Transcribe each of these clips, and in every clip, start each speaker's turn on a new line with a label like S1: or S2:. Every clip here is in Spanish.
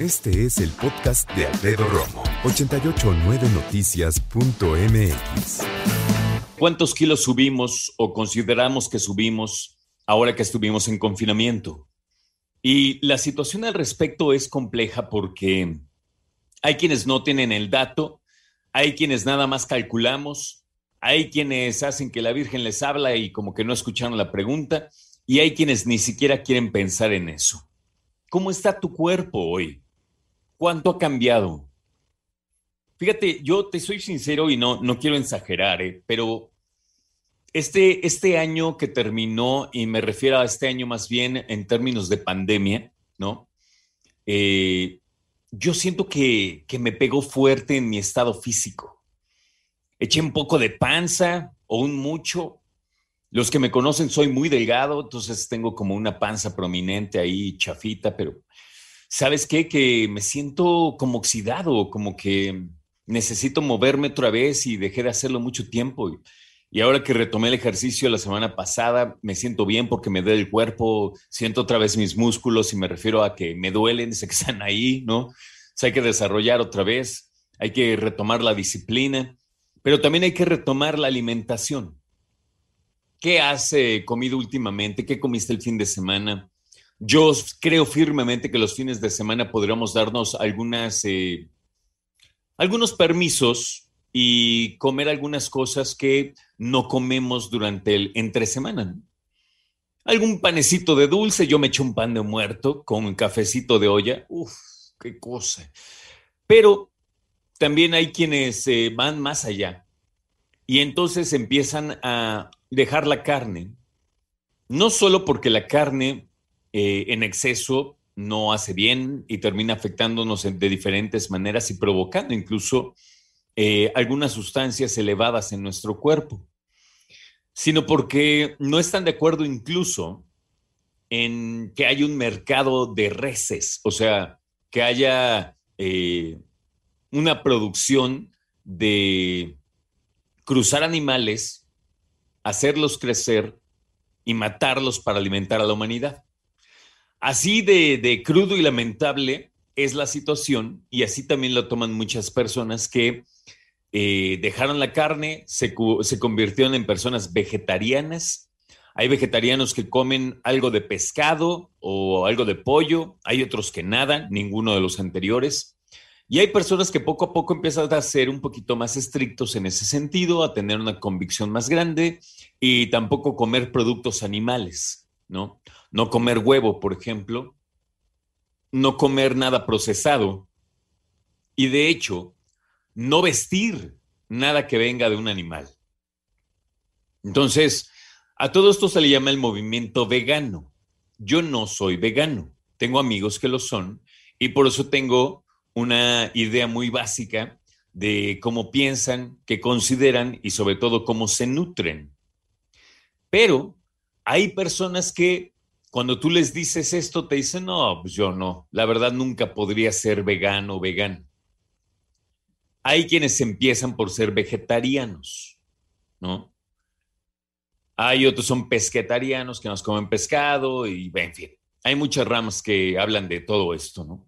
S1: Este es el podcast de Alfredo Romo, 889noticias.mx.
S2: ¿Cuántos kilos subimos o consideramos que subimos ahora que estuvimos en confinamiento? Y la situación al respecto es compleja porque hay quienes no tienen el dato, hay quienes nada más calculamos, hay quienes hacen que la Virgen les habla y como que no escucharon la pregunta, y hay quienes ni siquiera quieren pensar en eso. ¿Cómo está tu cuerpo hoy? ¿Cuánto ha cambiado? Fíjate, yo te soy sincero y no quiero exagerar, pero este año que terminó, y me refiero a este año más bien en términos de pandemia, ¿no? Yo siento que me pegó fuerte en mi estado físico. Eché un poco de panza o un mucho. Los que me conocen, soy muy delgado, entonces tengo como una panza prominente ahí, chafita, pero ¿sabes qué? Que me siento como oxidado, como que necesito moverme otra vez y dejé de hacerlo mucho tiempo. Y ahora que retomé el ejercicio la semana pasada, me siento bien porque me duele el cuerpo, siento otra vez mis músculos y me refiero a que me duelen, sé que están ahí, ¿no? O sea, hay que desarrollar otra vez, hay que retomar la disciplina, pero también hay que retomar la alimentación. ¿Qué has comido últimamente? ¿Qué comiste el fin de semana? Yo creo firmemente que los fines de semana podríamos darnos algunos permisos y comer algunas cosas que no comemos durante el entre semana, ¿no? Algún panecito de dulce, yo me eché un pan de muerto con un cafecito de olla. Uf, qué cosa. Pero también hay quienes van más allá y entonces empiezan a dejar la carne, no solo porque la carne en exceso no hace bien y termina afectándonos de diferentes maneras y provocando incluso algunas sustancias elevadas en nuestro cuerpo, sino porque no están de acuerdo incluso en que haya un mercado de reses, o sea, que haya una producción de cruzar animales, hacerlos crecer y matarlos para alimentar a la humanidad. Así de crudo y lamentable es la situación, y así también lo toman muchas personas que dejaron la carne, se convirtieron en personas vegetarianas. Hay vegetarianos que comen algo de pescado o algo de pollo, hay otros que nada, ninguno de los anteriores. Y hay personas que poco a poco empiezan a ser un poquito más estrictos en ese sentido, a tener una convicción más grande y tampoco comer productos animales, ¿no? No comer huevo, por ejemplo, no comer nada procesado y de hecho no vestir nada que venga de un animal. Entonces, a todo esto se le llama el movimiento vegano. Yo no soy vegano, tengo amigos que lo son y por eso tengo una idea muy básica de cómo piensan, qué consideran y sobre todo cómo se nutren. Pero hay personas que cuando tú les dices esto te dicen, no, pues yo no, la verdad nunca podría ser vegano o vegano. Hay quienes empiezan por ser vegetarianos, ¿no? Hay otros son pesquetarianos que nos comen pescado y, en fin, hay muchas ramas que hablan de todo esto, ¿no?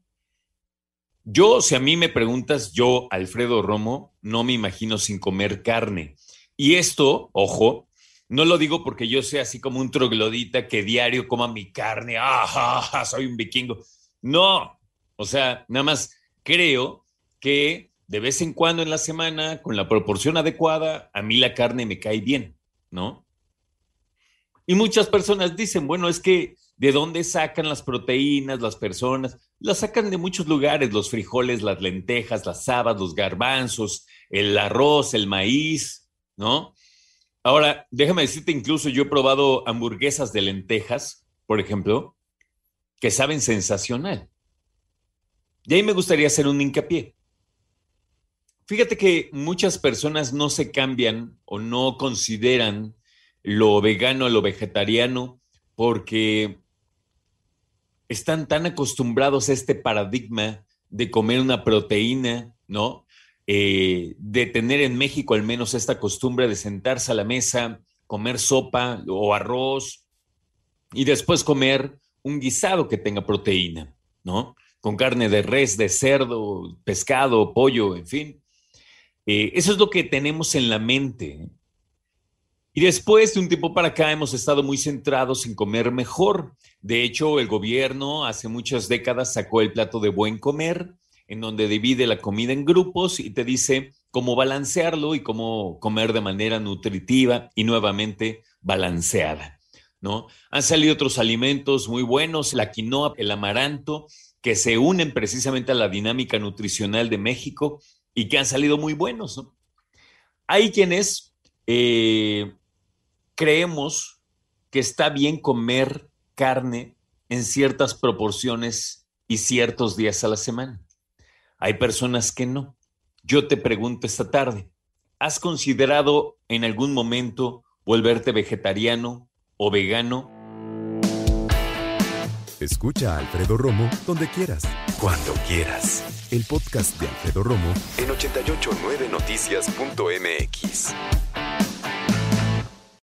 S2: Yo, si a mí me preguntas, yo, Alfredo Romo, no me imagino sin comer carne. Y esto, ojo, no lo digo porque yo sea así como un troglodita que diario coma mi carne, soy un vikingo. No, o sea, nada más creo que de vez en cuando en la semana, con la proporción adecuada, a mí la carne me cae bien, ¿no? Y muchas personas dicen, bueno, es que ¿de dónde sacan las proteínas las personas? Las sacan de muchos lugares, los frijoles, las lentejas, las habas, los garbanzos, el arroz, el maíz, ¿no? Ahora, déjame decirte, incluso yo he probado hamburguesas de lentejas, por ejemplo, que saben sensacional. Y ahí me gustaría hacer un hincapié. Fíjate que muchas personas no se cambian o no consideran lo vegano, lo vegetariano, porque están tan acostumbrados a este paradigma de comer una proteína, ¿no? De tener en México al menos esta costumbre de sentarse a la mesa, comer sopa o arroz y después comer un guisado que tenga proteína, ¿no? con carne de res, de cerdo, pescado, pollo, en fin. Eso es lo que tenemos en la mente. Y después de un tiempo para acá hemos estado muy centrados en comer mejor. De hecho, el gobierno hace muchas décadas sacó el plato de buen comer, en donde divide la comida en grupos y te dice cómo balancearlo y cómo comer de manera nutritiva y nuevamente balanceada, ¿no? Han salido otros alimentos muy buenos, la quinoa, el amaranto, que se unen precisamente a la dinámica nutricional de México y que han salido muy buenos, ¿no? Hay quienes creemos que está bien comer carne en ciertas proporciones y ciertos días a la semana. Hay personas que no. Yo te pregunto esta tarde, ¿has considerado en algún momento volverte vegetariano o vegano?
S1: Escucha a Alfredo Romo donde quieras, cuando quieras. El podcast de Alfredo Romo en 889noticias.mx.